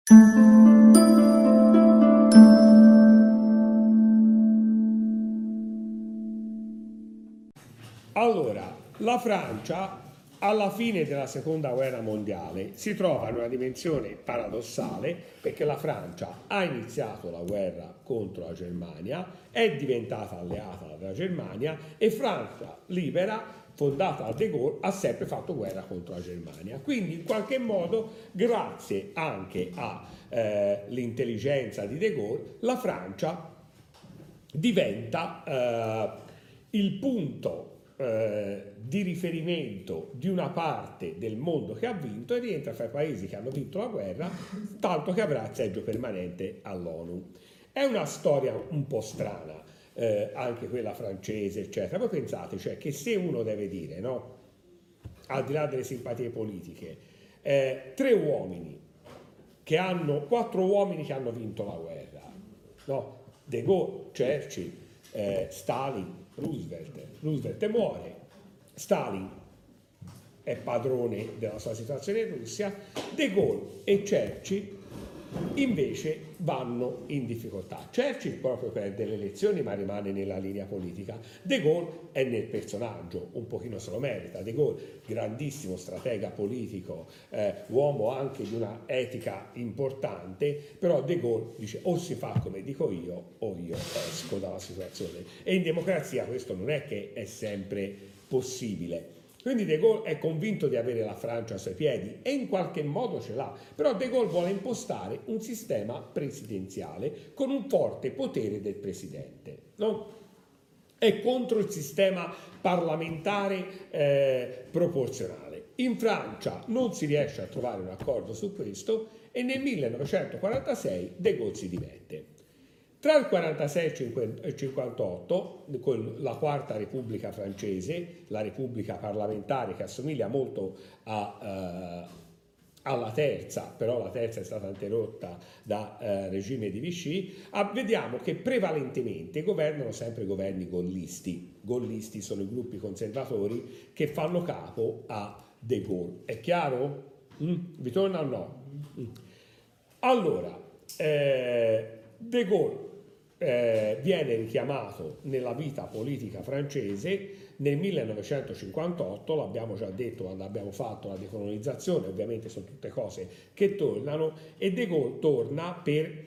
Allora, la Francia alla fine della seconda guerra mondiale si trova in una dimensione paradossale, perché la Francia ha iniziato la guerra contro la Germania, è diventata alleata della Germania e Francia libera, fondata da De Gaulle, ha sempre fatto guerra contro la Germania. Quindi in qualche modo, grazie anche all'intelligenza di De Gaulle, la Francia diventa il punto di riferimento di una parte del mondo che ha vinto e rientra fra i paesi che hanno vinto la guerra, tanto che avrà il seggio permanente all'ONU. È una storia un po' strana, anche quella francese, eccetera. Voi pensate, cioè, che se uno deve dire, no, al di là delle simpatie politiche, quattro uomini che hanno vinto la guerra, no? De Gaulle, Churchill, Stalin, Roosevelt muore, Stalin è padrone della sua situazione in Russia, De Gaulle e Churchill invece vanno in difficoltà. Churchill proprio perde le elezioni ma rimane nella linea politica. De Gaulle è nel personaggio, un pochino se lo merita. De Gaulle, grandissimo stratega politico, uomo anche di una etica importante, però De Gaulle dice o si fa come dico io o io esco dalla situazione. E in democrazia questo non è che è sempre possibile. Quindi De Gaulle è convinto di avere la Francia ai suoi piedi e in qualche modo ce l'ha, però De Gaulle vuole impostare un sistema presidenziale con un forte potere del presidente, no? È contro il sistema parlamentare proporzionale. In Francia non si riesce a trovare un accordo su questo e nel 1946 De Gaulle si dimette. Tra il 46 e il 58, con la Quarta Repubblica francese, la Repubblica parlamentare che assomiglia molto alla terza, però la terza è stata interrotta da regime di Vichy, vediamo che prevalentemente governano sempre governi gollisti. Gollisti sono i gruppi conservatori che fanno capo a De Gaulle. È chiaro? Vi torna o no? Allora, De Gaulle viene richiamato nella vita politica francese nel 1958, l'abbiamo già detto quando abbiamo fatto la decolonizzazione, ovviamente sono tutte cose che tornano, e De Gaulle torna per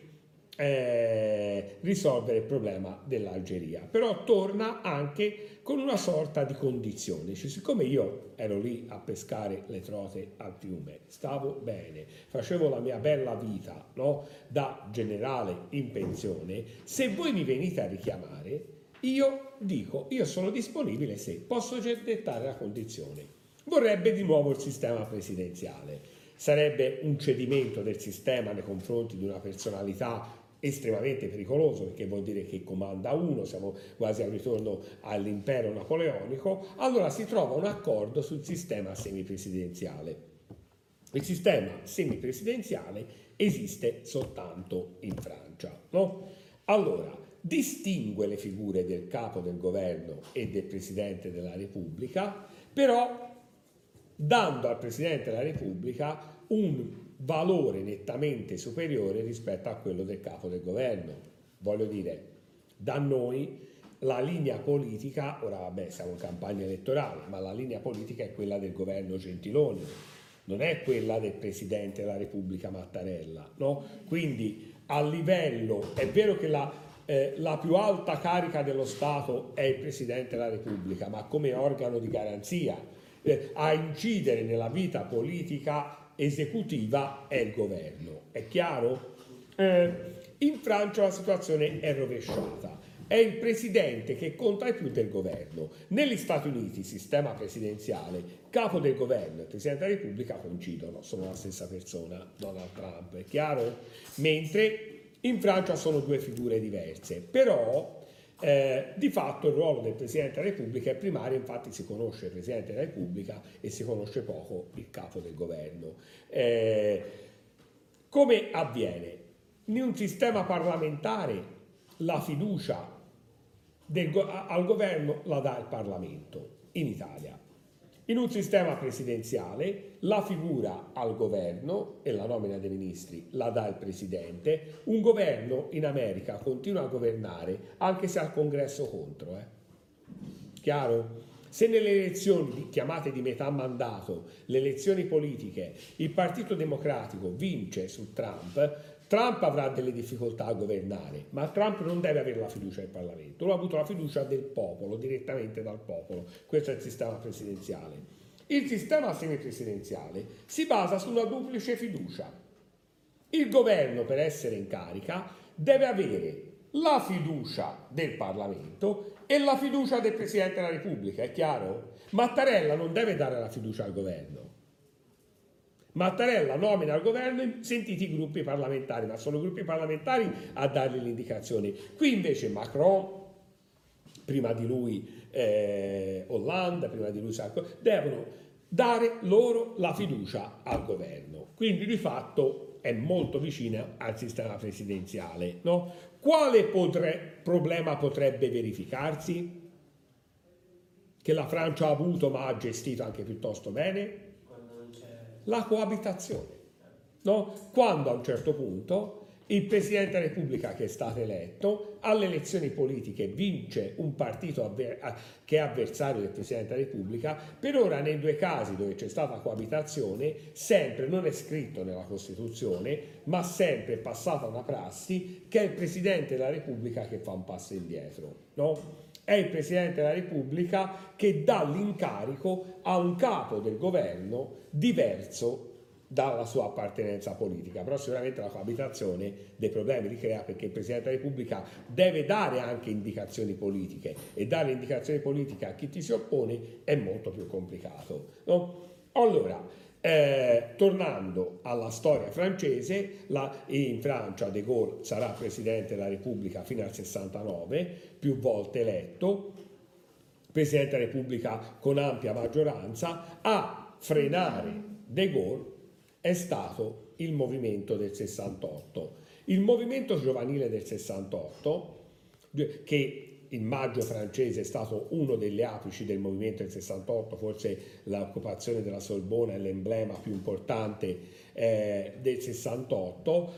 risolvere il problema dell'Algeria, però torna anche con una sorta di condizione, cioè, siccome io ero lì a pescare le trote al fiume, stavo bene, facevo la mia bella vita, no? Da generale in pensione, se voi mi venite a richiamare, io dico, io sono disponibile se posso dettare la condizione. Vorrebbe di nuovo il sistema presidenziale, sarebbe un cedimento del sistema nei confronti di una personalità estremamente pericoloso, perché vuol dire che comanda uno, siamo quasi al ritorno all'impero napoleonico. Allora si trova un accordo sul sistema semipresidenziale. Il sistema semipresidenziale esiste soltanto in Francia, no? Allora, distingue le figure del capo del governo e del Presidente della Repubblica, però dando al Presidente della Repubblica un valore nettamente superiore rispetto a quello del capo del governo. Voglio dire, da noi la linea politica, ora vabbè siamo in campagna elettorale, ma la linea politica è quella del governo Gentiloni, non è quella del Presidente della Repubblica Mattarella, no? Quindi a livello, è vero che la più alta carica dello Stato è il Presidente della Repubblica, ma come organo di garanzia a incidere nella vita politica esecutiva è il governo. È chiaro? In Francia la situazione è rovesciata. È il presidente che conta di più del governo. Negli Stati Uniti, sistema presidenziale, capo del governo e Presidente della Repubblica coincidono, sono la stessa persona, Donald Trump, è chiaro? Mentre in Francia sono due figure diverse, però di fatto il ruolo del Presidente della Repubblica è primario, infatti si conosce il Presidente della Repubblica e si conosce poco il capo del governo. Come avviene? In un sistema parlamentare la fiducia al governo la dà il Parlamento in Italia. In un sistema presidenziale la figura al governo e la nomina dei ministri la dà il presidente. Un governo in America continua a governare anche se ha il congresso contro. Chiaro? Se nelle elezioni chiamate di metà mandato, le elezioni politiche, il Partito Democratico vince su Trump, Trump avrà delle difficoltà a governare, ma Trump non deve avere la fiducia del Parlamento, lui ha avuto la fiducia del popolo, direttamente dal popolo. Questo è il sistema presidenziale. Il sistema semipresidenziale si basa su una duplice fiducia. Il governo, per essere in carica, deve avere la fiducia del Parlamento e la fiducia del Presidente della Repubblica, è chiaro? Mattarella non deve dare la fiducia al governo. Mattarella nomina al governo sentiti i gruppi parlamentari, ma sono i gruppi parlamentari a dargli l'indicazione. Qui invece Macron, prima di lui Hollande, prima di lui Sarkozy, devono dare loro la fiducia al governo. Quindi di fatto è molto vicina al sistema presidenziale, no? Quale problema potrebbe verificarsi? Che la Francia ha avuto ma ha gestito anche piuttosto bene? La coabitazione, no? Quando a un certo punto il Presidente della Repubblica che è stato eletto alle elezioni politiche vince un partito che è avversario del Presidente della Repubblica, per ora nei due casi dove c'è stata coabitazione, sempre non è scritto nella Costituzione, ma sempre è passata una prassi che è il Presidente della Repubblica che fa un passo indietro, no? È il Presidente della Repubblica che dà l'incarico a un capo del governo diverso dalla sua appartenenza politica, però sicuramente la coabitazione dei problemi li crea, perché il Presidente della Repubblica deve dare anche indicazioni politiche e dare indicazioni politiche a chi ti si oppone è molto più complicato, no? Allora, tornando alla storia francese, in Francia De Gaulle sarà Presidente della Repubblica fino al 69, più volte eletto, Presidente della Repubblica con ampia maggioranza. A frenare De Gaulle è stato il movimento del 68. Il movimento giovanile del 68, che il maggio francese è stato uno degli apici del movimento del 68, forse l'occupazione della Sorbona è l'emblema più importante del 68,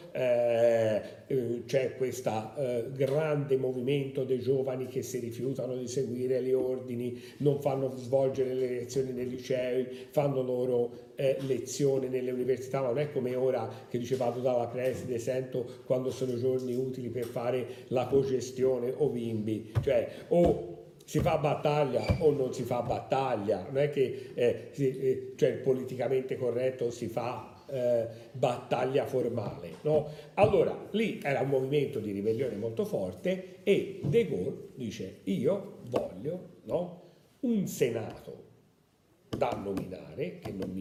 c'è questo grande movimento dei giovani che si rifiutano di seguire gli ordini, non fanno svolgere le lezioni nei licei, fanno loro lezioni nelle università, ma non è come ora che dice vado dalla preside, sento quando sono giorni utili per fare la cogestione o bimbi, cioè o si fa battaglia o non si fa battaglia, non è che cioè politicamente corretto si fa battaglia formale, no? Allora lì era un movimento di ribellione molto forte e De Gaulle dice io voglio, no, un senato da nominare che non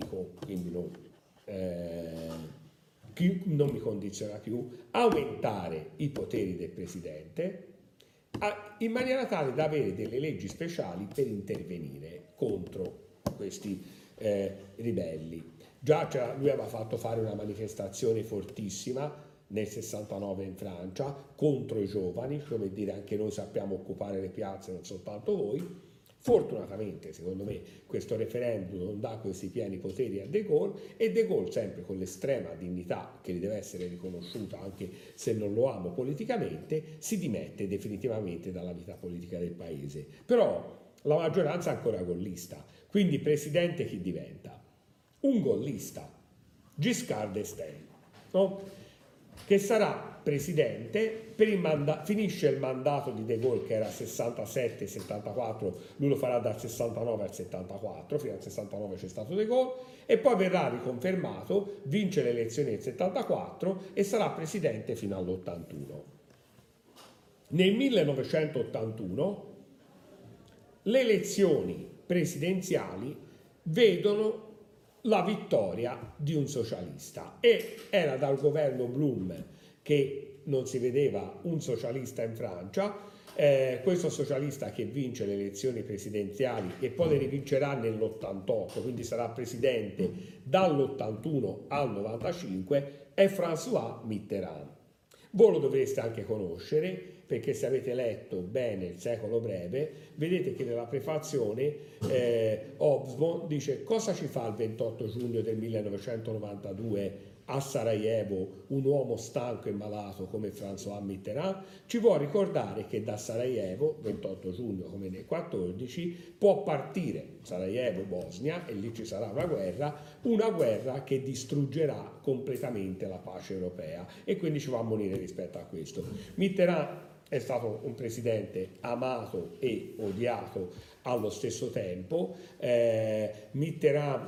mi condiziona più, aumentare i poteri del presidente in maniera tale da avere delle leggi speciali per intervenire contro questi ribelli. Già lui aveva fatto fare una manifestazione fortissima nel 69 in Francia contro i giovani, come dire anche noi sappiamo occupare le piazze, non soltanto voi. Fortunatamente, secondo me, questo referendum non dà questi pieni poteri a De Gaulle e De Gaulle, sempre con l'estrema dignità che gli deve essere riconosciuta anche se non lo amo politicamente, si dimette definitivamente dalla vita politica del paese. Però la maggioranza è ancora gollista, quindi presidente chi diventa? Un gollista, Giscard d'Estaing, no? Che sarà presidente, finisce il mandato di De Gaulle che era 67-74, lui lo farà dal 69 al 74, fino al 69 c'è stato De Gaulle, e poi verrà riconfermato, vince le elezioni del 74 e sarà presidente fino all'81. Nel 1981 le elezioni presidenziali vedono la vittoria di un socialista e era dal governo Blum che non si vedeva un socialista in Francia, questo socialista che vince le elezioni presidenziali e poi le rivincerà nell'88, quindi sarà presidente dall'81 al 95, è François Mitterrand. Voi lo dovreste anche conoscere, perché se avete letto bene Il secolo breve, vedete che nella prefazione Hobsbawm dice: cosa ci fa il 28 giugno del 1992 a Sarajevo un uomo stanco e malato come François Mitterrand? Ci vuol ricordare che da Sarajevo, 28 giugno come nel 14, può partire Sarajevo-Bosnia, e lì ci sarà una guerra che distruggerà completamente la pace europea, e quindi ci va a morire rispetto a questo. Mitterrand è stato un presidente amato e odiato allo stesso tempo. Mitterrand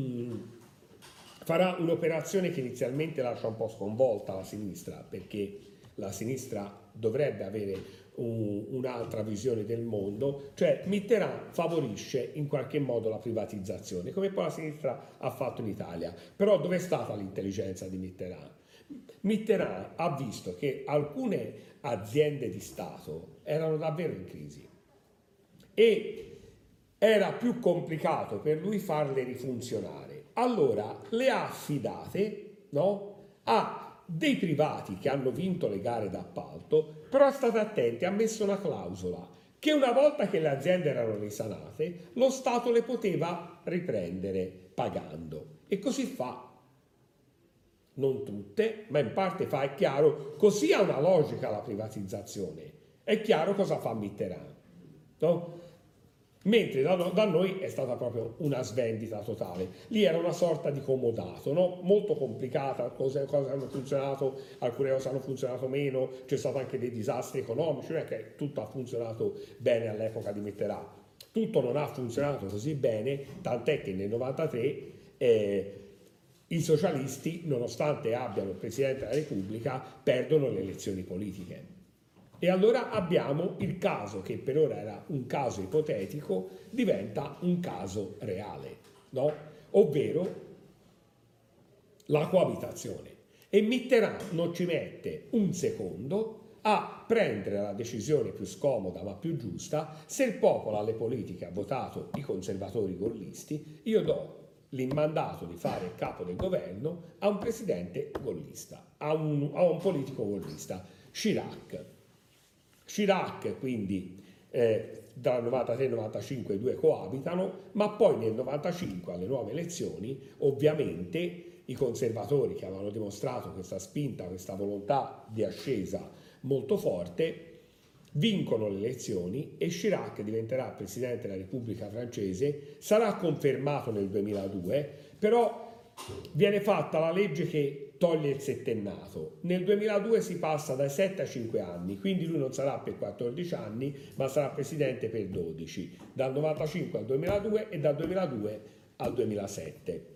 farà un'operazione che inizialmente lascia un po' sconvolta la sinistra, perché la sinistra dovrebbe avere un'altra visione del mondo, cioè Mitterrand favorisce in qualche modo la privatizzazione, come poi la sinistra ha fatto in Italia. Però dov'è stata l'intelligenza di Mitterrand? Mitterrand ha visto che alcune aziende di Stato erano davvero in crisi e era più complicato per lui farle rifunzionare. Allora le ha affidate, no, a dei privati che hanno vinto le gare d'appalto, però state attenti, ha messo una clausola che una volta che le aziende erano risanate, lo Stato le poteva riprendere pagando, e così fa. Non tutte, ma in parte fa, è chiaro, così ha una logica la privatizzazione. È chiaro cosa fa Mitterrand, no? Mentre da noi è stata proprio una svendita totale. Lì era una sorta di comodato, no? Molto complicata, cose hanno funzionato, alcune cose hanno funzionato meno, c'è stato anche dei disastri economici, non è che tutto ha funzionato bene all'epoca di Mitterrand. Tutto non ha funzionato così bene, tant'è che nel 93 i socialisti, nonostante abbiano il Presidente della Repubblica, perdono le elezioni politiche. E allora abbiamo il caso che per ora era un caso ipotetico, diventa un caso reale, no? Ovvero la coabitazione. E Mitterrand non ci mette un secondo a prendere la decisione più scomoda ma più giusta. Se il popolo alle politiche ha votato i conservatori gollisti, io do l'immandato di fare il capo del governo a un presidente gollista, a un politico gollista, Chirac quindi dal 93 al 95 i due coabitano, ma poi nel 95 alle nuove elezioni ovviamente i conservatori, che avevano dimostrato questa spinta, questa volontà di ascesa molto forte, vincono le elezioni e Chirac diventerà presidente della Repubblica francese. Sarà confermato nel 2002, però viene fatta la legge che toglie il settennato. Nel 2002 si passa dai 7 ai 5 anni, quindi lui non sarà per 14 anni, ma sarà presidente per 12, dal 95 al 2002 e dal 2002 al 2007.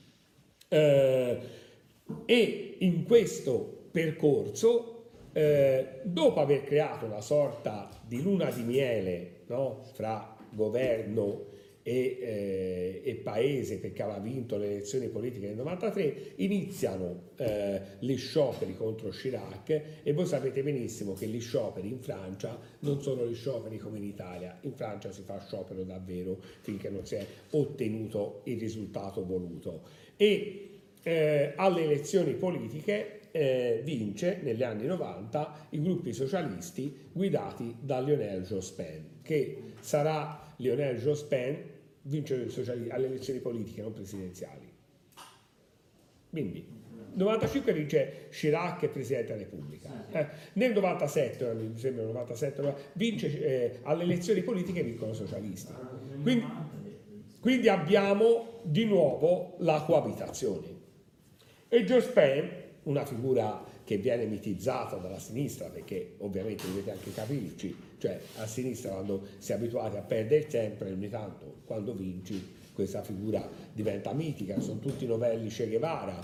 E in questo percorso, dopo aver creato una sorta di luna di miele, no, fra governo e paese, perché aveva vinto le elezioni politiche nel 93, iniziano gli scioperi contro Chirac, e voi sapete benissimo che gli scioperi in Francia non sono gli scioperi come in Italia. In Francia si fa sciopero davvero finché non si è ottenuto il risultato voluto. E alle elezioni politiche vince negli anni 90 i gruppi socialisti guidati da Lionel Jospin, che sarà Lionel Jospin, vince alle elezioni politiche, non presidenziali. Quindi nel 95 vince Chirac, Presidente della Repubblica. Nel 97, mi sembra 97, vince alle elezioni politiche, vincono i socialisti. Quindi abbiamo di nuovo la coabitazione. E Jospin, una figura che viene mitizzata dalla sinistra, perché ovviamente dovete anche capirci, cioè a sinistra quando si è abituati a perdere sempre, ogni tanto quando vinci questa figura diventa mitica, sono tutti novelli Che Guevara.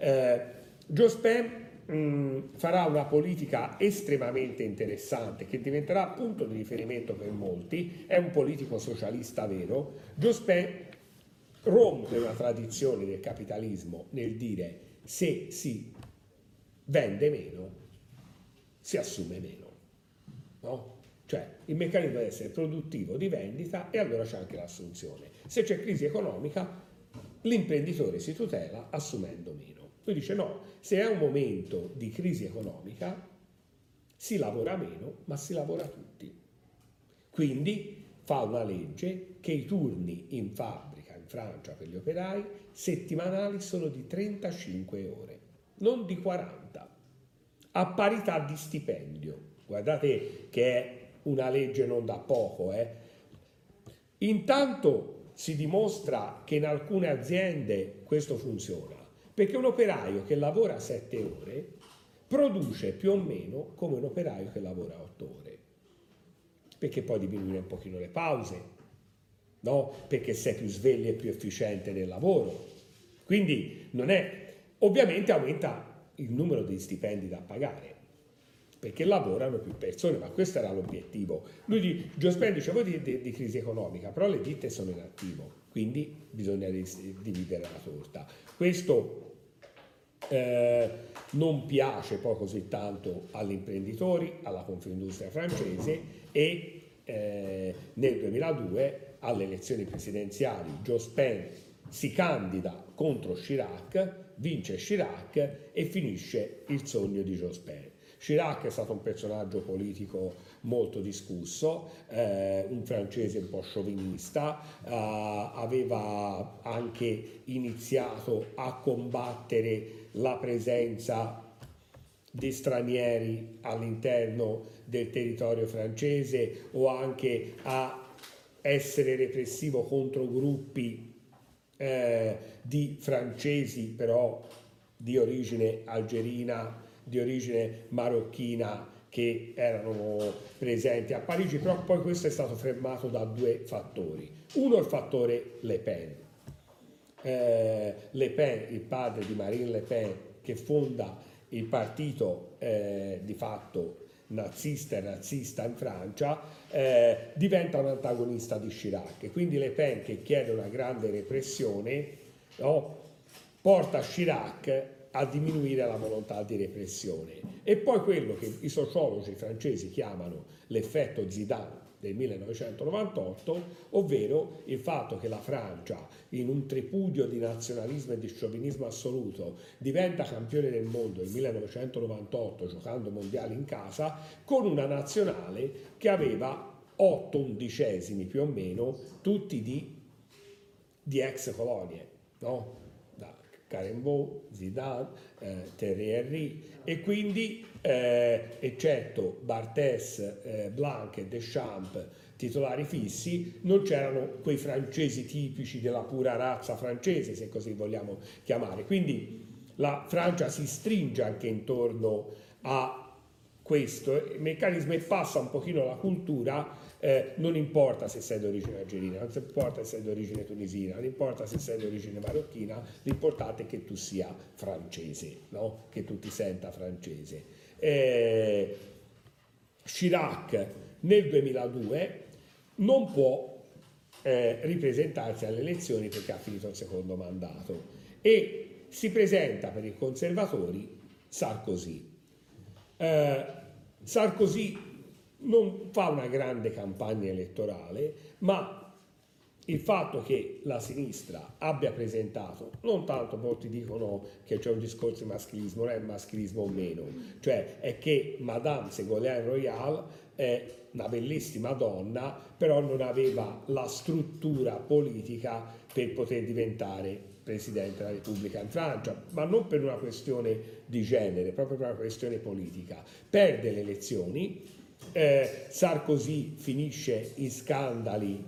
Jospin farà una politica estremamente interessante che diventerà punto di riferimento per molti, è un politico socialista vero. Jospin rompe una tradizione del capitalismo nel dire: se si vende meno, si assume meno, no? Cioè il meccanismo deve essere produttivo di vendita, e allora c'è anche l'assunzione. Se c'è crisi economica, l'imprenditore si tutela assumendo meno. Lui dice no, se è un momento di crisi economica si lavora meno, ma si lavora tutti. Quindi fa una legge che i turni in fabbrica, in Francia, per gli operai, settimanali sono di 35 ore, non di 40, a parità di stipendio. Guardate che è una legge non da poco, Intanto si dimostra che in alcune aziende questo funziona, perché un operaio che lavora 7 ore produce più o meno come un operaio che lavora 8 ore, perché poi diminuire un pochino le pause, no? Perché sei più sveglio e più efficiente nel lavoro. Quindi non è, ovviamente aumenta il numero di stipendi da pagare, perché lavorano più persone, ma questo era l'obiettivo. Jospin dice, voi di crisi economica, però le ditte sono in attivo, quindi bisogna dividere la torta. Questo non piace poi così tanto agli imprenditori, alla Confindustria francese e nel 2002 alle elezioni presidenziali Jospin si candida contro Chirac, vince Chirac e finisce il sogno di Jospin. Chirac è stato un personaggio politico molto discusso, un francese un po' sciovinista, aveva anche iniziato a combattere la presenza di stranieri all'interno del territorio francese o anche a essere repressivo contro gruppi di francesi però di origine algerina, di origine marocchina che erano presenti a Parigi, però poi questo è stato fermato da due fattori. Uno, il fattore Le Pen. Le Pen, il padre di Marine Le Pen, che fonda il partito di fatto nazista e razzista in Francia, diventa un antagonista di Chirac. Quindi Le Pen, che chiede una grande repressione, no, porta Chirac a diminuire la volontà di repressione. E poi quello che i sociologi francesi chiamano l'effetto Zidane del 1998, ovvero il fatto che la Francia, in un tripudio di nazionalismo e di sciovinismo assoluto, diventa campione del mondo nel 1998 giocando mondiali in casa, con una nazionale che aveva 8 undicesimi più o meno, tutti di ex colonie, no? Carimbaud, Zidane, Thierry Henry, e quindi eccetto Barthès, Blanc e Deschamps, titolari fissi, non c'erano quei francesi tipici della pura razza francese, se così vogliamo chiamare. Quindi la Francia si stringe anche intorno a questo meccanismo e passa un pochino la cultura. Non importa se sei di origine algerina, non importa se sei di origine tunisina, non importa se sei di origine marocchina, l'importante è che tu sia francese, no? Che tu ti senta francese. Chirac nel 2002 non può ripresentarsi alle elezioni perché ha finito il secondo mandato e si presenta per i conservatori Sarkozy. Sarkozy non fa una grande campagna elettorale, ma il fatto che la sinistra abbia presentato, non tanto molti dicono che c'è un discorso di maschilismo, non è maschilismo o meno, cioè è che Madame Ségolène Royal è una bellissima donna, però non aveva la struttura politica per poter diventare Presidente della Repubblica in Francia, ma non per una questione di genere, proprio per una questione politica. Perde le elezioni, Sarkozy finisce in scandali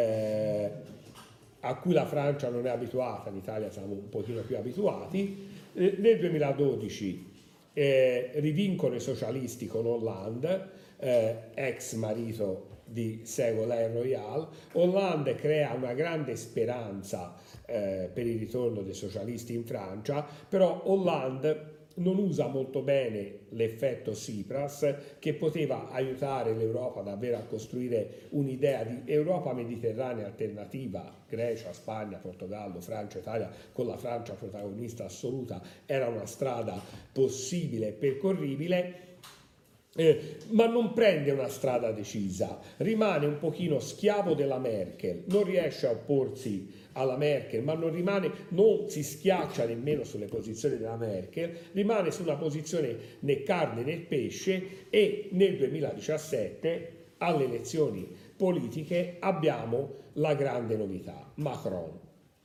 a cui la Francia non è abituata, in Italia siamo un pochino più abituati. Nel 2012 rivincono i socialisti con Hollande, ex marito di Ségolène Royal. Hollande crea una grande speranza per il ritorno dei socialisti in Francia, però Hollande non usa molto bene l'effetto Tsipras, che poteva aiutare l'Europa davvero a costruire un'idea di Europa mediterranea alternativa. Grecia, Spagna, Portogallo, Francia, Italia, con la Francia protagonista assoluta, era una strada possibile e percorribile. ma non prende una strada decisa, rimane un pochino schiavo della Merkel, non riesce a opporsi alla Merkel, ma non si schiaccia nemmeno sulle posizioni della Merkel, rimane su una posizione né carne né pesce, e nel 2017 alle elezioni politiche abbiamo la grande novità: Macron.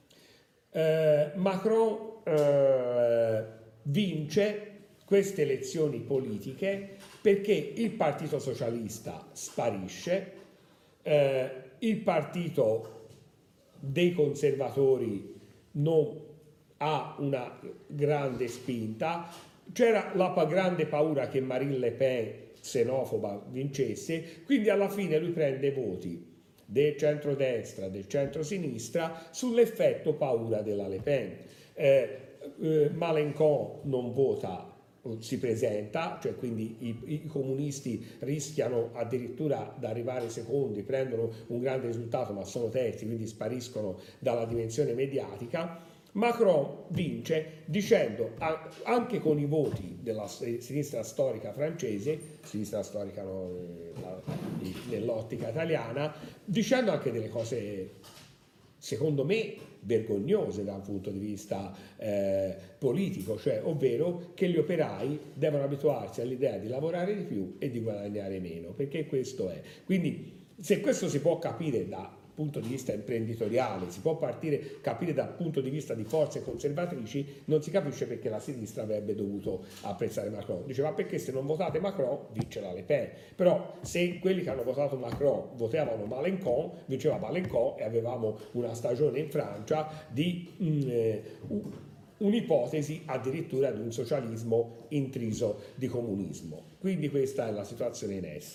Macron vince queste elezioni politiche perché il Partito Socialista sparisce, il partito dei conservatori non ha una grande spinta, c'era la grande paura che Marine Le Pen, xenofoba, vincesse, quindi alla fine lui prende voti del centrodestra, del centrosinistra, sull'effetto paura della Le Pen. Mélenchon non vota, si presenta, cioè quindi i comunisti rischiano addirittura di arrivare secondi, prendono un grande risultato ma sono terzi, quindi spariscono dalla dimensione mediatica. Macron vince dicendo, anche con i voti della sinistra storica francese, sinistra storica no, nell'ottica italiana, dicendo anche delle cose secondo me vergognose da un punto di vista politico, cioè ovvero che gli operai devono abituarsi all'idea di lavorare di più e di guadagnare meno, perché questo è. Quindi se questo si può capire da punto di vista imprenditoriale, si può capire dal punto di vista di forze conservatrici, non si capisce perché la sinistra avrebbe dovuto apprezzare Macron. Dice, ma perché se non votate Macron vince la Le Pen? Però se quelli che hanno votato Macron votavano Mélenchon, vinceva Mélenchon e avevamo una stagione in Francia di un'ipotesi addirittura di un socialismo intriso di comunismo. Quindi questa è la situazione in essere.